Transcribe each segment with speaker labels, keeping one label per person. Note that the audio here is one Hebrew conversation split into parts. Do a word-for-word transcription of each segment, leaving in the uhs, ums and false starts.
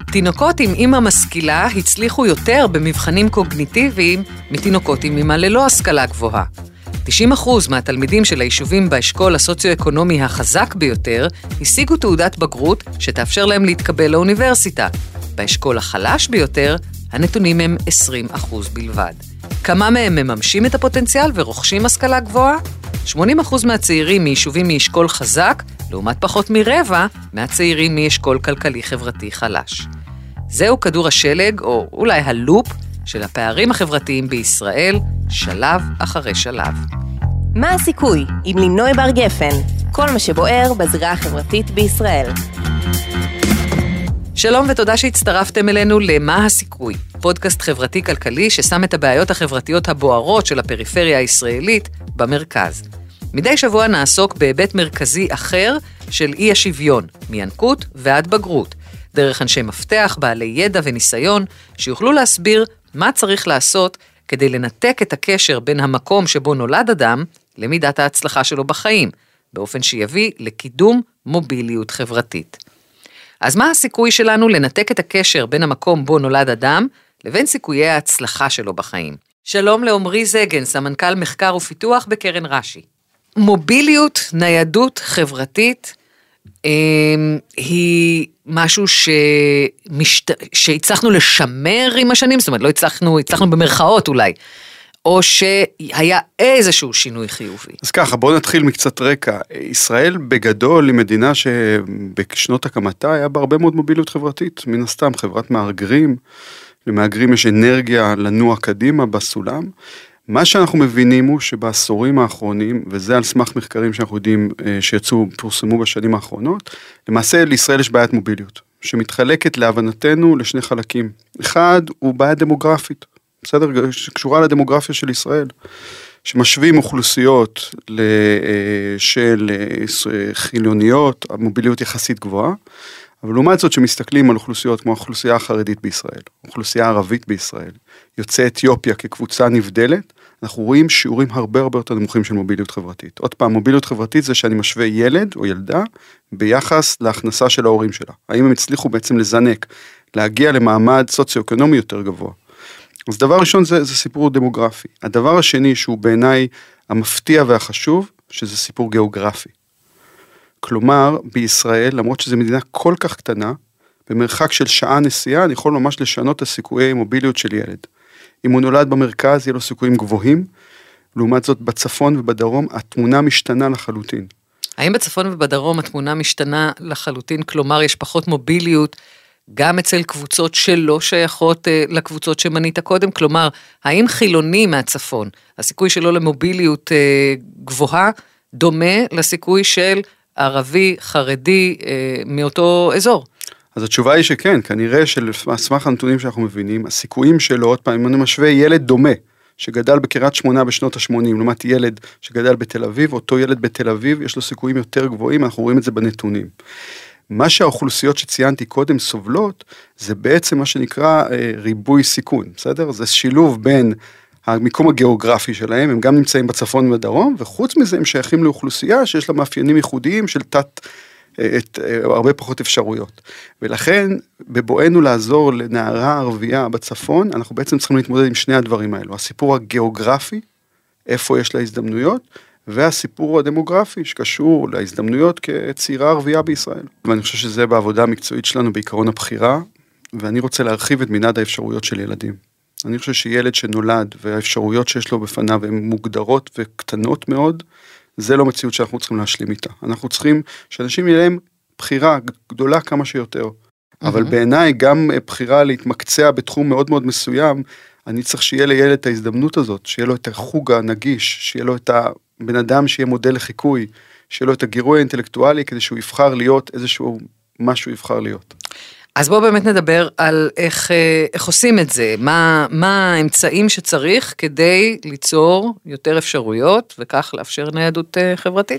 Speaker 1: תינוקות עם אמא משכילה הצליחו יותר במבחנים קוגניטיביים מתינוקות עם אמא ללא השכלה גבוהה. תשעים אחוז מהתלמידים של היישובים באשכול הסוציו-אקונומי החזק ביותר השיגו תעודת בגרות שתאפשר להם להתקבל לאוניברסיטה. באשכול החלש ביותר הנתונים הם עשרים אחוז בלבד. כמה מהם מממשים את הפוטנציאל ורוכשים השכלה גבוהה? שמונים אחוז מהצעירים מיישובים מאשכול חזק, לעומת פחות מרבע מהצעירים מאשכול כלכלי-חברתי חלש. זהו כדור השלג, או אולי הלופ, של הפערים החברתיים בישראל, שלב אחרי שלב.
Speaker 2: מה הסיכוי? עם לינוי בר גפן, כל מה שבוער בזירה החברתית בישראל.
Speaker 1: שלום ותודה שהצטרפתם אלינו למה הסיכוי, פודקאסט חברתי-כלכלי ששם את הבעיות החברתיות הבוערות של הפריפריה הישראלית במרכז. מדי שבוע נעסוק בהיבט מרכזי אחר של אי השוויון, מינקות ועד בגרות, דרך אנשי מפתח, בעלי ידע וניסיון, שיוכלו להסביר מה צריך לעשות כדי לנתק את הקשר בין המקום שבו נולד אדם למידת ההצלחה שלו בחיים, באופן שיביא לקידום מוביליות חברתית. אז מה הסיכוי שלנו לנתק את הקשר בין המקום בו נולד אדם לבין סיכויי ההצלחה שלו בחיים? שלום לעומרי זגן, סמנכ"ל מחקר ופיתוח בקרן רש"י. מוביליות, ניידות חברתית, היא משהו שמשת... שהצלחנו לשמר עם השנים, זאת אומרת, לא הצלחנו, הצלחנו במרכאות אולי, או שהיה איזשהו שינוי חיובי.
Speaker 3: אז ככה, בואו נתחיל מקצת רקע. ישראל בגדול היא מדינה שבשנות הקמתה היה בה הרבה מאוד מוביליות חברתית, מן הסתם חברת מאגרים, למאגרים יש אנרגיה לנוע קדימה בסולם, מה שאנחנו מבינים הוא שבעשורים האחרונים, וזה על סמך מחקרים שאנחנו יודעים שיצאו, פורסמו בשנים האחרונות, למעשה לישראל יש בעיית מוביליות, שמתחלקת להבנתנו לשני חלקים. אחד הוא בעיה דמוגרפית, בסדר? שקשורה לדמוגרפיה של ישראל, שמשווים אוכלוסיות של חילוניות, המוביליות יחסית גבוהה, אבל לעומת זאת שמסתכלים על אוכלוסיות כמו האוכלוסייה החרדית בישראל, אוכלוסייה הערבית בישראל, יוצאי אתיופיה כקבוצה נבדלת, אנחנו רואים שיעורים הרבה הרבה יותר נמוכים של מוביליות חברתית. עוד פעם, מוביליות חברתית זה שאני משווה ילד או ילדה ביחס להכנסה של ההורים שלה. האם הם הצליחו בעצם לזנק, להגיע למעמד סוציו-אקונומי יותר גבוה. אז דבר ראשון זה, זה סיפור דמוגרפי. הדבר השני שהוא בעיניי המפתיע והחשוב, שזה סיפור גיאוגרפי. כלומר, בישראל, למרות שזו מדינה כל כך קטנה, במרחק של שעה נסיעה, אני יכול ממש לשנות את הסיכויי מוביליות של ילד. אם הוא נולד במרכז, יהיה לו סיכויים גבוהים, לעומת זאת בצפון ובדרום, התמונה משתנה לחלוטין.
Speaker 1: האם בצפון ובדרום התמונה משתנה לחלוטין, כלומר יש פחות מוביליות, גם אצל קבוצות שלא שייכות לקבוצות שמנית קודם, כלומר, האם חילוני מהצפון, הסיכוי שלו למוביליות גבוהה, דומה לסיכוי של ערבי, חרדי, מאותו אזור?
Speaker 3: אז התשובה היא שכן, כנראה שלסמך הנתונים שאנחנו מבינים, הסיכויים שלו, עוד פעם, אם אני משווה ילד דומה, שגדל בקריית שמונה בשנות ה-שמונים, לעומת ילד שגדל בתל אביב, אותו ילד בתל אביב, יש לו סיכויים יותר גבוהים, אנחנו רואים את זה בנתונים. מה שהאוכלוסיות שציינתי קודם סובלות, זה בעצם מה שנקרא ריבוי סיכון, בסדר? זה שילוב בין המיקום הגיאוגרפי שלהם, הם גם נמצאים בצפון ובדרום, וחוץ מזה הם שייכים לאוכלוסייה שיש לה מאפיינים ייחודיים של תת, את, הרבה פחות אפשרויות. ולכן, בבואנו לעזור לנערה ערבייה בצפון, אנחנו בעצם צריכים להתמודד עם שני הדברים האלו. הסיפור הגיאוגרפי, איפה יש לה הזדמנויות, והסיפור הדמוגרפי שקשור להזדמנויות כצעירה ערבייה בישראל. ואני חושב שזה בעבודה המקצועית שלנו בעיקרון הבחירה, ואני רוצה להרחיב את מנעד האפשרויות של ילדים. אני חושב שילד שנולד והאפשרויות שיש לו בפניו הן מוגדרות וקטנות מאוד, זה לא מציאות שאנחנו צריכים להשלים איתה. אנחנו צריכים שאנשים יהיה להם בחירה גדולה כמה שיותר. אבל בעיניי גם בחירה להתמקצע בתחום מאוד מאוד מסוים, אני צריך שיהיה לילד את ההזדמנות הזאת, שיהיה לו את החוג הנגיש, שיהיה לו את הבן אדם שיהיה מודל לחיקוי, שיהיה לו את הגירוי האינטלקטואלי, כדי שהוא יבחר להיות איזשהו משהו יבחר להיות.
Speaker 1: אז בואו באמת נדבר על איך, איך עושים את זה, מה, מה האמצעים שצריך כדי ליצור יותר אפשרויות, וכך לאפשר ניידות חברתית.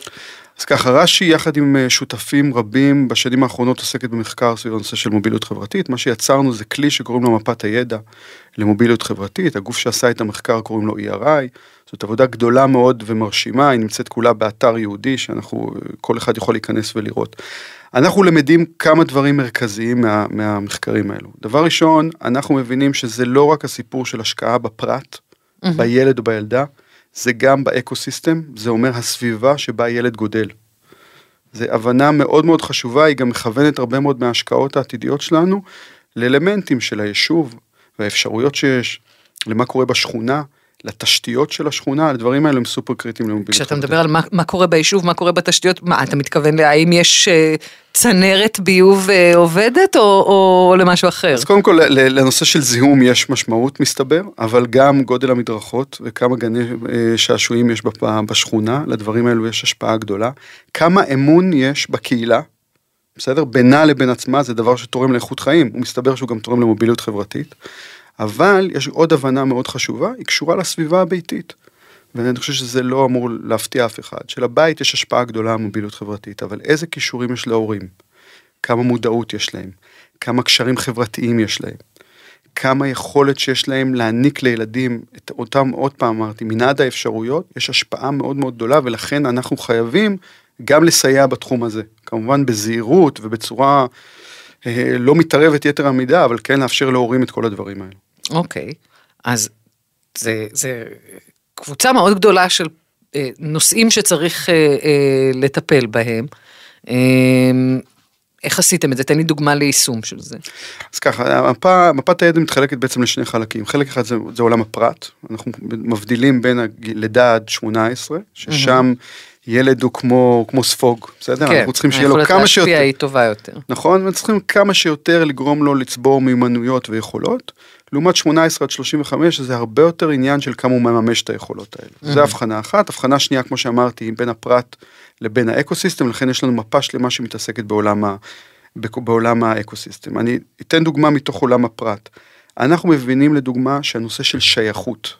Speaker 3: אז ככה, רש"י יחד עם שותפים רבים בשנים האחרונות עוסקת במחקר סביב הנושא של מוביליות חברתית. מה שיצרנו זה כלי שקוראים לו מפת הידע למוביליות חברתית. הגוף שעשה את המחקר קוראים לו אי אר איי. זאת עבודה גדולה מאוד ומרשימה, היא נמצאת כולה באתר יהודי שאנחנו, כל אחד יכול להיכנס ולראות. אנחנו למדים כמה דברים מרכזיים מה, מהמחקרים האלו. דבר ראשון, אנחנו מבינים שזה לא רק הסיפור של השקעה בפרט, mm-hmm. בילד או בילדה, זה גם באקוסיסטם, זה אומר הסביבה שבה ילד גודל. זו הבנה מאוד מאוד חשובה, היא גם מכוונת הרבה מאוד מההשקעות העתידיות שלנו, לאלמנטים של היישוב, והאפשרויות שיש, למה קורה בשכונה, לתשתיות של השכונה, הדברים האלה הם סופר קריטיים למוביליות.
Speaker 1: כשאתה מדבר על מה, מה קורה ביישוב, מה קורה בתשתיות, מה, אתה מתכוון להאם יש uh, צנרת ביוב uh, עובדת, או, או למשהו אחר? אז
Speaker 3: קודם כל, לנושא של זיהום יש משמעות, מסתבר, אבל גם גודל המדרכות, וכמה גני uh, שעשועים יש בשכונה, לדברים האלו יש השפעה גדולה. כמה אמון יש בקהילה, בסדר? בינה לבין עצמה, זה דבר שתורם לאיכות חיים, הוא מסתבר שהוא גם תורם למוביליות חברתית. אבל יש עוד הבנה מאוד חשובה, היא קשורה לסביבה הביתית. ואני חושב שזה לא אמור להפתיע אף אחד. שלבית יש השפעה גדולה על מוביליות חברתית, אבל איזה קישורים יש להורים? כמה מודעות יש להם? כמה קשרים חברתיים יש להם? כמה יכולת שיש להם להעניק לילדים, את אותם עוד פעם אמרתי, מנעד האפשרויות, יש השפעה מאוד מאוד גדולה, ולכן אנחנו חייבים גם לסייע בתחום הזה. כמובן בזהירות ובצורה לא מתערבת יתר המידה, אבל כן לאפשר להורים את כל הדברים האלו.
Speaker 1: אוקיי, אז זה, זה קבוצה מאוד גדולה של אה, נושאים שצריך אה, אה, לטפל בהם. אה, איך עשיתם את זה? תן לי דוגמה ליישום של זה.
Speaker 3: אז ככה, המפה, מפת הידע מתחלקת בעצם לשני חלקים. חלק אחד זה, זה עולם הפרט. אנחנו מבדילים בין הלידה עד שמונה עשרה, ששם ילד הוא כמו, כמו ספוג, בסדר?
Speaker 1: כן,
Speaker 3: אנחנו צריכים שיהיה לו כמה שיותר.
Speaker 1: היכולת היא טובה יותר.
Speaker 3: נכון, וצריכים כמה שיותר לגרום לו לצבור מיומנויות ויכולות, לעומת שמונה עשרה עד שלושים וחמש, זה הרבה יותר עניין של כמה הוא מממש את היכולות האלה. זו הבחנה אחת. הבחנה שנייה, כמו שאמרתי, בין הפרט לבין האקוסיסטם, לכן יש לנו מפה שלמה שמתעסקת בעולם, ה... בעולם האקוסיסטם. אני אתן דוגמה מתוך עולם הפרט. אנחנו מבינים לדוגמה שהנושא של שייכות,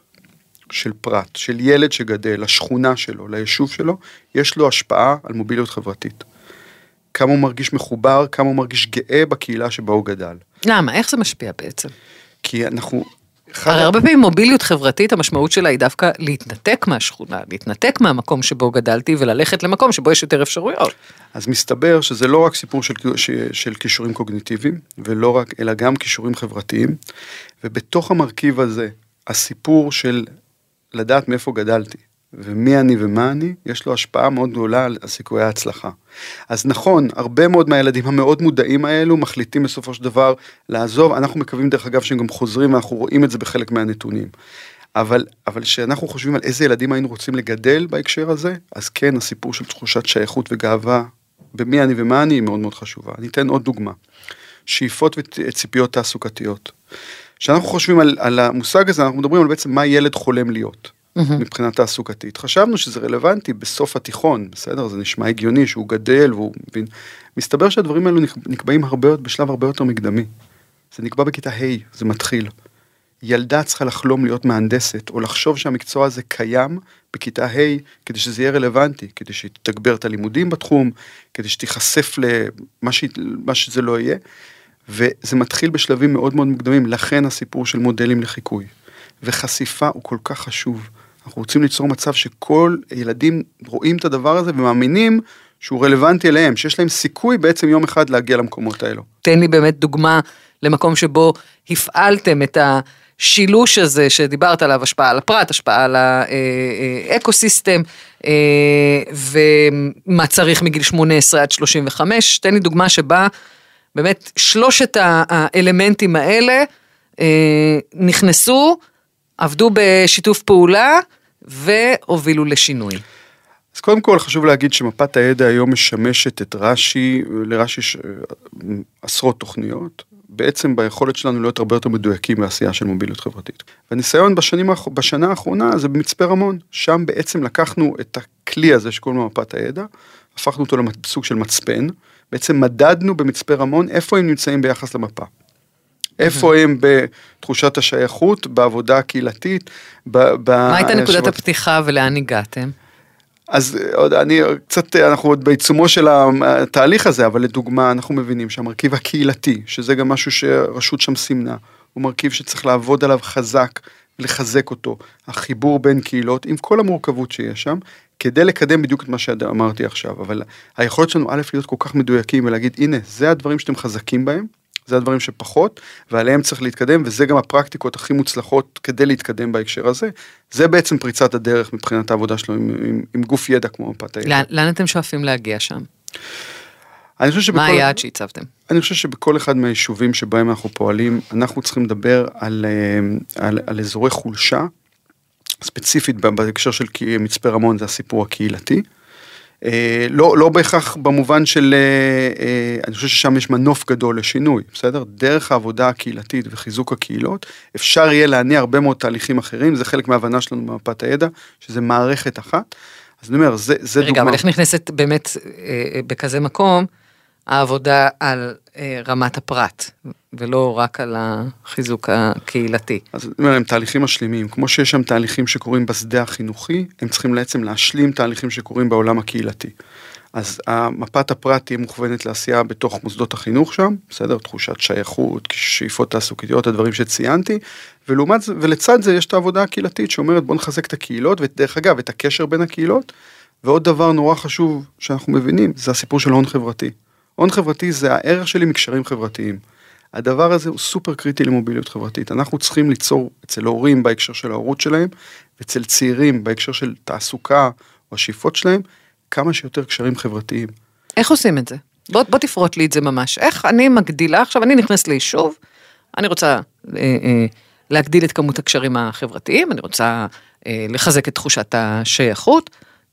Speaker 3: של פרט, של ילד שגדל, לשכונה שלו, ליישוב שלו, יש לו השפעה על מוביליות חברתית. כמה הוא מרגיש מחובר, כמה הוא מרגיש גאה בקהילה שבה הוא גדל.
Speaker 1: למה? איך זה משפיע בעצם?
Speaker 3: כי אנחנו...
Speaker 1: הרי הרבה פעמים מוביליות חברתית, המשמעות שלה היא דווקא להתנתק מהשכונה, להתנתק מהמקום שבו גדלתי, וללכת למקום שבו יש יותר אפשרויות.
Speaker 3: אז מסתבר שזה לא רק סיפור של, של כישורים קוגניטיביים, ולא רק, אלא גם כישורים חברתיים, ובתוך המרכיב הזה, הסיפור של לדעת מאיפה גדלתי, ומי אני ומה אני, יש לו השפעה מאוד גדולה על סיכויי ההצלחה. אז נכון, הרבה מאוד מהילדים המאוד מודעים האלו, מחליטים בסופו של דבר לעזוב, אנחנו מקווים דרך אגב שהם גם חוזרים, ואנחנו רואים את זה בחלק מהנתונים. אבל, אבל שאנחנו חושבים על איזה ילדים היינו רוצים לגדל בהקשר הזה, אז כן, הסיפור של תחושת שייכות וגאווה, במי אני ומה אני, היא מאוד מאוד חשובה. אני אתן עוד דוגמה. שאיפות וציפיות תעסוקתיות. כשאנחנו חושבים על, על המושג הזה, אנחנו מדברים על בעצם מה ילד חולם להיות. מבחינה תעסוקתית. חשבנו שזה רלוונטי בסוף התיכון, בסדר? זה נשמע הגיוני שהוא גדל והוא מבין. מסתבר שהדברים האלו נקבעים הרבה, בשלב הרבה יותר מקדמי. זה נקבע בכיתה ה', זה מתחיל. ילדה צריכה לחלום להיות מהנדסת, או לחשוב שהמקצוע הזה קיים בכיתה ה', כדי שזה יהיה רלוונטי, כדי שתגבר את הלימודים בתחום, כדי שתיחשף למה ש... מה שזה לא יהיה, וזה מתחיל בשלבים מאוד מאוד מוקדמים, לכן הסיפור של מודלים לחיקוי. וחשיפה הוא כל כך חשוב. אנחנו רוצים ליצור מצב שכל ילדים רואים את הדבר הזה ומאמינים שהוא רלוונטי אליהם, שיש להם סיכוי בעצם יום אחד להגיע למקומות האלו.
Speaker 1: תן לי באמת דוגמה למקום שבו הפעלתם את השילוש הזה שדיברת עליו, השפעה על הפרט, השפעה על האקוסיסטם, ומה צריך מגיל שמונה עשרה עד שלושים וחמש. תן לי דוגמה שבה באמת שלושת האלמנטים האלה נכנסו, עבדו בשיתוף פעולה, והובילו לשינוי.
Speaker 3: אז קודם כל חשוב להגיד שמפת הידע היום משמשת את רש"י, לרש"י יש עשרות תוכניות, בעצם ביכולת שלנו להיות הרבה יותר מדויקים בעשייה של מוביליות חברתית. והניסיון בשנים, בשנה האחרונה זה במצפה רמון, שם בעצם לקחנו את הכלי הזה שקוראים לו מפת הידע, הפכנו אותו לסוג של מצפן, בעצם מדדנו במצפה רמון איפה הם נמצאים ביחס למפה. איפה הם בתחושת השייכות, בעבודה הקהילתית.
Speaker 1: מה הייתה נקודת הפתיחה ולאן הגעתם?
Speaker 3: אז עוד, אני קצת, אנחנו עוד בעיצומו של התהליך הזה, אבל לדוגמה, אנחנו מבינים שהמרכיב הקהילתי, שזה גם משהו שרשות שם סימנה, הוא מרכיב שצריך לעבוד עליו חזק, לחזק אותו, החיבור בין קהילות, עם כל המורכבות שיש שם, כדי לקדם בדיוק את מה שאמרתי עכשיו, אבל היכולת שלנו א' להיות כל כך מדויקים, ולהגיד, הנה, זה הדברים שאתם חזקים בהם, זה הדברים שפחות, ועליהם צריך להתקדם, וזה גם הפרקטיקות הכי מוצלחות כדי להתקדם בהקשר הזה. זה בעצם פריצת הדרך מבחינת העבודה שלו עם, עם, עם גוף ידע כמו מפת הידע.
Speaker 1: לאן, לאן אתם שואפים להגיע שם?
Speaker 3: אני חושב שבכל,
Speaker 1: מה היעד שהצבתם? אני
Speaker 3: חושב שבכל אחד מהיישובים שבהם אנחנו פועלים, אנחנו צריכים לדבר על, על, על אזורי חולשה, ספציפית בהקשר של מצפה רמון, זה הסיפור הקהילתי, לא, לא בהכרח במובן של, אני חושב ששם יש מנוף גדול לשינוי, בסדר? דרך העבודה הקהילתית וחיזוק הקהילות, אפשר יהיה להניע הרבה מאוד תהליכים אחרים, זה חלק מההבנה שלנו במפת הידע, שזה מערכת אחת, אז אני אומר, זה, זה
Speaker 1: רגע, דוגמה. אבל איך נכנסת באמת בכזה מקום, העבודה על רמת הפרט, ולא רק על החיזוק הקהילתי.
Speaker 3: אז אני אומר, הם תהליכים משלימים, כמו שיש שם תהליכים שקורים בשדה החינוכי, הם צריכים בעצם להשלים תהליכים שקורים בעולם הקהילתי. אז מפת הפרט תהיה מוכוונת לעשייה בתוך מוסדות החינוך שם, בסדר, תחושת שייכות, שאיפות תעסוקתיות, הדברים שציינתי, ולעומת זה, ולצד זה יש את העבודה הקהילתית שאומרת בוא נחזק את הקהילות, ודרך אגב, את הקשר בין הקהילות, ועוד דבר נורא חשוב שאנחנו מבינים, זה הסיפור של הון חברתי. הון חברתי זה הערך שלי מקשרים חברתיים. הדבר הזה הוא סופר קריטי למוביליות חברתית. אנחנו צריכים ליצור אצל הורים בהקשר של ההורות שלהם, ואצל צעירים בהקשר של תעסוקה או השאיפות שלהם, כמה שיותר קשרים חברתיים.
Speaker 1: איך עושים את זה? בוא, בוא תפרוט לי את זה ממש. איך אני מגדילה, עכשיו אני נכנס ליישוב, אני רוצה אה, אה, להגדיל את כמות הקשרים החברתיים, אני רוצה אה, לחזק את תחושת השייכות,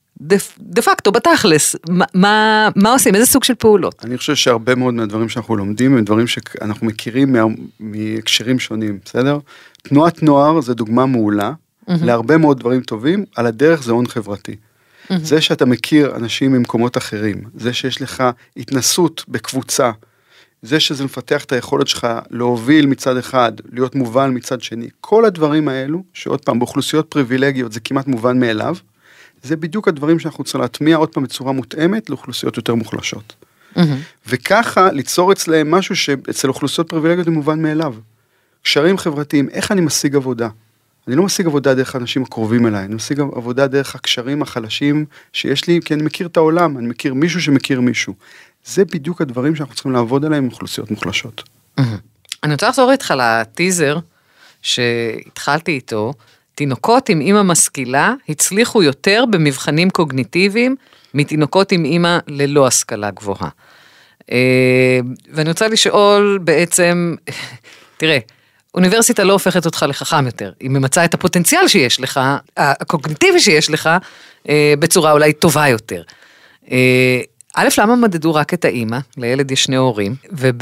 Speaker 1: דה פקטו, בתכלס, מה, מה, מה עושים? איזה סוג של פעולות?
Speaker 3: אני חושב שהרבה מאוד מהדברים שאנחנו לומדים, הם דברים שאנחנו מכירים מהקשרים שונים, בסדר? תנועת נוער זה דוגמה מעולה, mm-hmm. להרבה מאוד דברים טובים, על הדרך זה הון חברתי. Mm-hmm. זה שאתה מכיר אנשים ממקומות אחרים, זה שיש לך התנסות בקבוצה, זה שזה מפתח את היכולת שלך להוביל מצד אחד, להיות מובן מצד שני, כל הדברים האלו, שעוד פעם באוכלוסיות פריבילגיות זה כמעט מובן מאליו, זה בדיוק הדברים שאנחנו צריכים להטמיע עוד פעם בצורה מותאמת לאוכלוסיות יותר מוחלשות. Mm-hmm. וככה ליצור אצלהם משהו שאצל אוכלוסיות פריבילגיות הוא מובן מאליו. קשרים חברתיים, איך אני משיג עבודה? אני לא משיג עבודה דרך האנשים הקרובים אליי, אני משיג עבודה דרך הקשרים החלשים שיש לי, כי אני מכיר את העולם, אני מכיר מישהו שמכיר מישהו. זה בדיוק הדברים שאנחנו צריכים לעבוד עליהם עם אוכלוסיות מוחלשות.
Speaker 1: Mm-hmm. אני רוצה לחזור איתך לטיזר שהתחלתי איתו, תינוקות עם אמא משכילה הצליחו יותר במבחנים קוגניטיביים מתינוקות עם אמא ללא השכלה גבוהה. ואני רוצה לשאול בעצם, תראה, אוניברסיטה לא הופכת אותך לחכם יותר, היא ממצאה את הפוטנציאל שיש לך, הקוגניטיבי שיש לך, בצורה אולי טובה יותר. א', למה מדדו רק את האמא? לילד יש שני הורים, וב',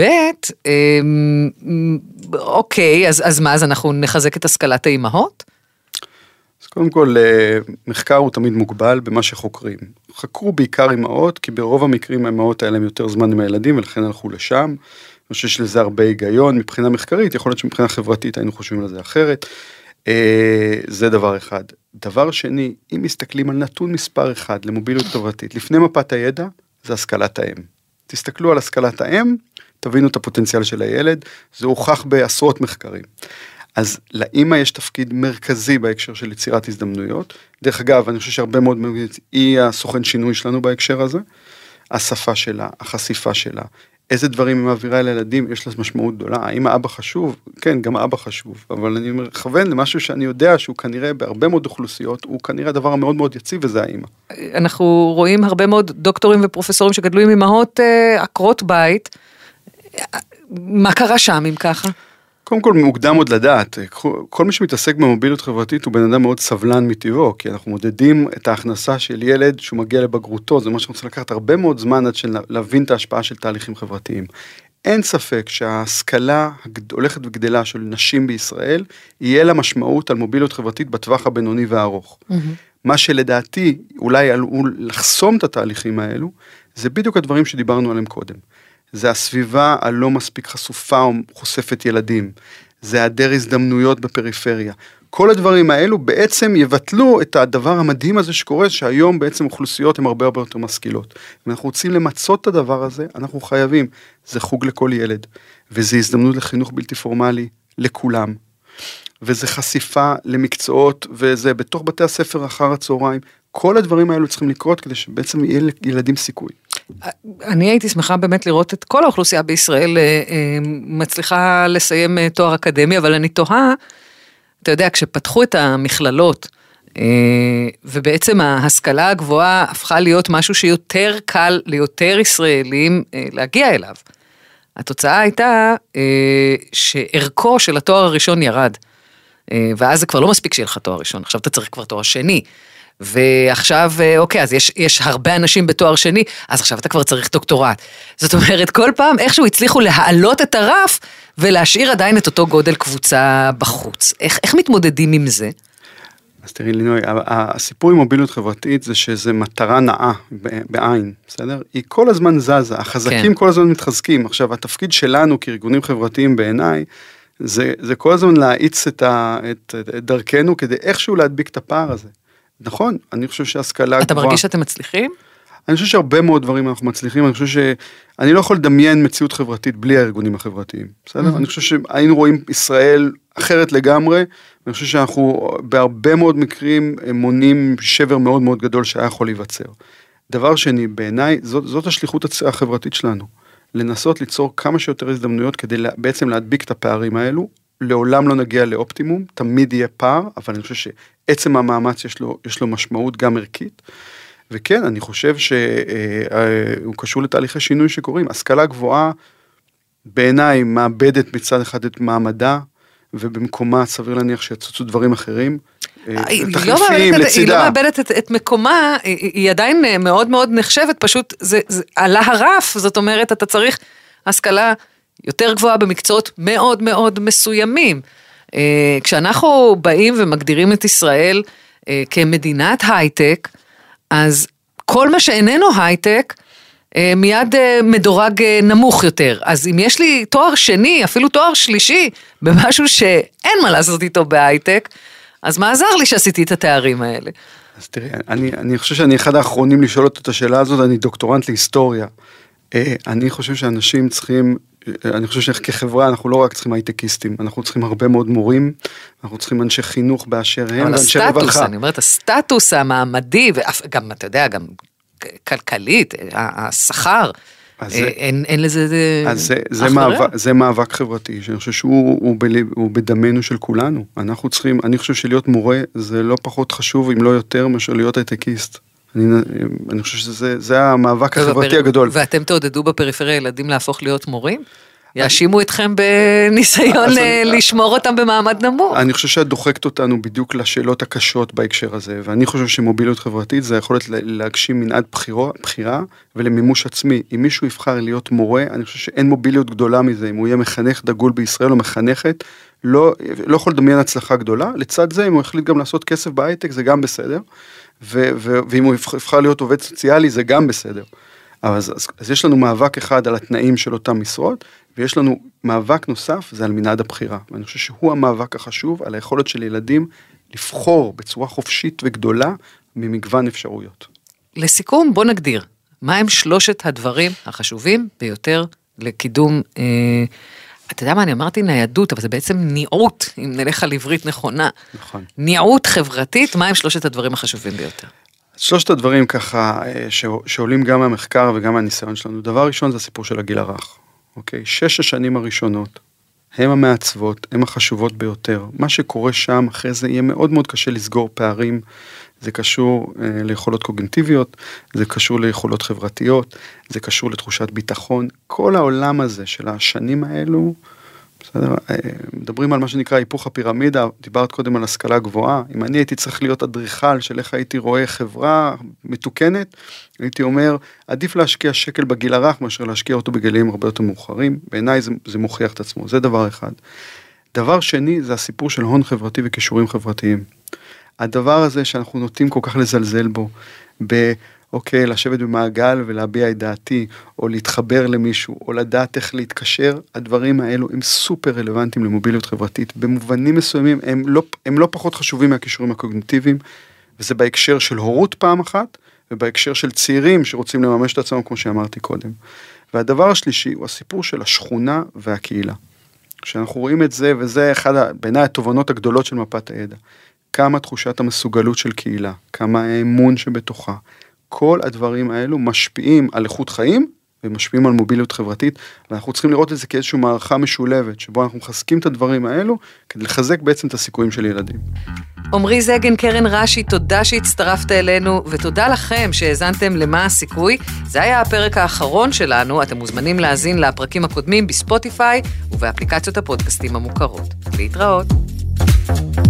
Speaker 1: אוקיי, אז, אז מה, אז אנחנו נחזק את השכלת האמהות?
Speaker 3: אז קודם כל, מחקר הוא תמיד מוגבל במה שחוקרים. חקרו בעיקר אמהות, כי ברוב המקרים האמהות האלה הם יותר זמן עם הילדים, ולכן הלכו לשם. אני חושב שלזה הרבה היגיון, מבחינה מחקרית, יכול להיות שמבחינה חברתית היינו חושבים על זה אחרת. זה דבר אחד. דבר שני, אם מסתכלים על נתון מספר אחד למוביליות חברתית, לפני מפת הידע, זה השכלת האם. תסתכלו על השכלת האם, תבינו את הפוטנציאל של הילד, זה הוכח בעשרות מחקרים. אז לאמא יש תפקיד מרכזי בהקשר של יצירת הזדמנויות. דרך אגב, אני חושב שהרבה מאוד היא הסוכן שינוי שלנו בהקשר הזה. השפה שלה, החשיפה שלה, איזה דברים היא מעבירה לילדים, יש לה משמעות גדולה. האם האבא חשוב? כן, גם האבא חשוב. אבל אני מכוון למשהו שאני יודע שהוא כנראה בהרבה מאוד אוכלוסיות, הוא כנראה הדבר המאוד מאוד יציב, וזה האמא.
Speaker 1: אנחנו רואים הרבה מאוד דוקטורים ופרופסורים שגדלו עם אמהות עקרות בית. מה קרה שם אם ככה?
Speaker 3: קודם כל מוקדם עוד לדעת, כל מי שמתעסק במוביליות חברתית הוא בן אדם מאוד סבלן מטבעו, כי אנחנו מודדים את ההכנסה של ילד שהוא מגיע לבגרותו, זה מה שאנחנו צריכים לקחת הרבה מאוד זמן עד להבין את ההשפעה של תהליכים חברתיים. אין ספק שההשכלה הולכת וגדלה של נשים בישראל, יהיה לה משמעות על מוביליות חברתית בטווח הבינוני והארוך. Mm-hmm. מה שלדעתי אולי עלול לחסום את התהליכים האלו, זה בדיוק הדברים שדיברנו עליהם קודם. זה הסביבה הלא מספיק חשופה או חושפת ילדים, זה היעדר הזדמנויות בפריפריה. כל הדברים האלו בעצם יבטלו את הדבר המדהים הזה שקורה, שהיום בעצם אוכלוסיות הן הרבה הרבה יותר משכילות. אם אנחנו רוצים למצות את הדבר הזה, אנחנו חייבים, זה חוג לכל ילד, וזה הזדמנות לחינוך בלתי פורמלי לכולם, וזה חשיפה למקצועות, וזה בתוך בתי הספר אחר הצהריים, כל הדברים האלו צריכים לקרות, כדי שבעצם יהיה לילדים סיכוי.
Speaker 1: אני הייתי שמחה באמת לראות את כל האוכלוסייה בישראל מצליחה לסיים תואר אקדמי, אבל אני תוהה, אתה יודע, כשפתחו את המכללות, ובעצם ההשכלה הגבוהה הפכה להיות משהו שיותר קל ליותר ישראלים להגיע אליו. התוצאה הייתה שערכו של התואר הראשון ירד, ואז זה כבר לא מספיק שיהיה לך תואר ראשון, עכשיו אתה צריך כבר תואר שני, ועכשיו, אוקיי, אז יש, יש הרבה אנשים בתואר שני, אז עכשיו אתה כבר צריך דוקטורט. זאת אומרת, כל פעם איכשהו הצליחו להעלות את הרף, ולהשאיר עדיין את אותו גודל קבוצה בחוץ. איך, איך מתמודדים עם זה?
Speaker 3: אז תראי, לינוי, הסיפור עם מוביליות חברתית, זה שזה מטרה נאה בעין, בסדר? היא כל הזמן זזה, החזקים כן. כל הזמן מתחזקים. עכשיו, התפקיד שלנו כארגונים חברתיים בעיניי, זה, זה כל הזמן להאיץ את, ה, את, את דרכנו, כדי איכשהו להדביק את הפער הזה. נכון, אני חושב שהשכלה...
Speaker 1: אתה מרגיש שאתם מצליחים?
Speaker 3: אני חושב שהרבה מאוד דברים אנחנו מצליחים, אני חושב שאני לא יכול לדמיין מציאות חברתית בלי הארגונים החברתיים, בסדר? אני חושב שהיינו רואים ישראל אחרת לגמרי, אני חושב שאנחנו בהרבה מאוד מקרים מונים שבר מאוד מאוד גדול שהיה יכול להיווצר. דבר שני, בעיניי, זאת, זאת השליחות החברתית שלנו, לנסות ליצור כמה שיותר הזדמנויות כדי בעצם להדביק את הפערים האלו, לעולם לא נגיע לאופטימום, תמיד יהיה פער, אבל אני חושב שעצם המאמץ יש לו, יש לו משמעות גם ערכית, וכן, אני חושב שהוא קשור לתהליכי שינוי שקורים. השכלה גבוהה, בעיניי, מאבדת מצד אחד את מעמדה, ובמקומה סביר להניח שיצוצו דברים אחרים, תחליפים לצידה.
Speaker 1: היא לא מאבדת את, את מקומה, היא, היא עדיין מאוד מאוד נחשבת, פשוט זה, זה עלה הרף, זאת אומרת, אתה צריך השכלה יותר גבוהה במקצועות מאוד מאוד מסוימים. כשאנחנו באים ומגדירים את ישראל כמדינת הייטק, אז כל מה שאיננו הייטק, מיד מדורג נמוך יותר. אז אם יש לי תואר שני, אפילו תואר שלישי, במשהו שאין מה לעשות איתו בהייטק, אז מה עזר לי שעשיתי את התארים האלה?
Speaker 3: אז תראי, אני, אני חושב שאני אחד האחרונים לשאול את השאלה הזאת, אני דוקטורנט להיסטוריה. אני חושב שאנשים צריכים, אני חושב שכחברה אנחנו לא רק צריכים הייטקיסטים, אנחנו צריכים הרבה מאוד מורים, אנחנו צריכים אנשי חינוך באשר הם, ואנשי רווחה.
Speaker 1: אבל הסטטוס, אני אומרת, הסטטוס המעמדי, וגם, אתה יודע, גם כלכלית, השכר, אין, אין לזה...
Speaker 3: אז זה, זה, מאבק, זה מאבק חברתי, שאני חושב שהוא הוא ב, הוא בדמנו של כולנו. אנחנו צריכים, אני חושב שלהיות מורה, זה לא פחות חשוב, אם לא יותר, מאשר להיות הייטקיסט. אני, אני חושב שזה זה המאבק החברתי הגדול.
Speaker 1: ואתם תעודדו בפריפריה ילדים להפוך להיות מורים? יאשימו אתכם בניסיון לשמור אותם במעמד נמוך.
Speaker 3: אני חושב שאת דוחקת אותנו בדיוק לשאלות הקשות בהקשר הזה, ואני חושב שמוביליות חברתית זה יכולת להגשים מנעד בחירה ולמימוש עצמי. אם מישהו יבחר להיות מורה, אני חושב שאין מוביליות גדולה מזה, אם הוא יהיה מחנך דגול בישראל או מחנכת, לא, לא יכול לדמיין הצלחה גדולה. לצד זה, אם הוא החליט גם לעשות כסף בהייטק, זה גם בסדר, ו- ו- ואם הוא יבחר להיות עובד סוציאלי, זה גם בסדר. אז, אז, אז יש לנו מאבק אחד על התנאים של אותם משרות, ויש לנו מאבק נוסף, זה על מנעד הבחירה. ואני חושב שהוא המאבק החשוב, על היכולת של ילדים לבחור בצורה חופשית וגדולה, ממגוון אפשרויות.
Speaker 1: לסיכום, בוא נגדיר, מה הם שלושת הדברים החשובים ביותר לקידום, אה, אתה יודע מה, אני אמרתי ניידות, אבל זה בעצם ניעות, אם נלך על עברית נכונה.
Speaker 3: נכון.
Speaker 1: ניעות חברתית, מה הם שלושת הדברים החשובים ביותר?
Speaker 3: שלושת הדברים ככה, שעולים גם מהמחקר וגם מהניסיון שלנו. דבר ראשון זה הסיפור של הגיל הרך. אוקיי? שש השנים הראשונות, הם המעצבות, הם החשובות ביותר. מה שקורה שם, אחרי זה יהיה מאוד מאוד קשה לסגור פערים. זה קשור אה, ליכולות קוגניטיביות, זה קשור ליכולות חברתיות, זה קשור לתחושת ביטחון. כל העולם הזה של השנים האלו, בסדר? מדברים על מה שנקרא היפוך הפירמידה, דיברת קודם על השכלה גבוהה, אם אני הייתי צריך להיות אדריכל של איך הייתי רואה חברה מתוקנת, הייתי אומר, עדיף להשקיע שקל בגיל הרך, מאשר להשקיע אותו בגילאים הרבה יותר מאוחרים, בעיניי זה, זה מוכיח את עצמו, זה דבר אחד. דבר שני, זה הסיפור של הון חברתי וכישורים חברתיים. הדבר הזה שאנחנו נוטים כל כך לזלזל בו, אוקיי, לשבת במעגל ולהביע את דעתי, או להתחבר למישהו, או לדעת איך להתקשר, הדברים האלו הם סופר רלוונטיים למוביליות חברתית, במובנים מסוימים הם לא, הם לא פחות חשובים מהכישורים הקוגניטיביים, וזה בהקשר של הורות פעם אחת, ובהקשר של צעירים שרוצים לממש את עצמם, כמו שאמרתי קודם. והדבר השלישי הוא הסיפור של השכונה והקהילה. כשאנחנו רואים את זה, וזה אחד, בעיניי, התובנות הגדולות של מפת הידע. כמה תחושת המסוגלות של קהילה, כמה האמון שבתוכה. כל הדברים האלו משפיעים על איכות חיים, ומשפיעים על מוביליות חברתית, ואנחנו צריכים לראות את זה כאיזושהי מערכה משולבת, שבו אנחנו מחזקים את הדברים האלו, כדי לחזק בעצם את הסיכויים של ילדים.
Speaker 1: עמרי זגן, קרן רש"י, תודה שהצטרפת אלינו, ותודה לכם שהאזנתם למה הסיכוי. זה היה הפרק האחרון שלנו, אתם מוזמנים להאזין לפרקים הקודמים בספוטיפיי, ובאפליקציות הפודקאסטים המוכרות. להתראות.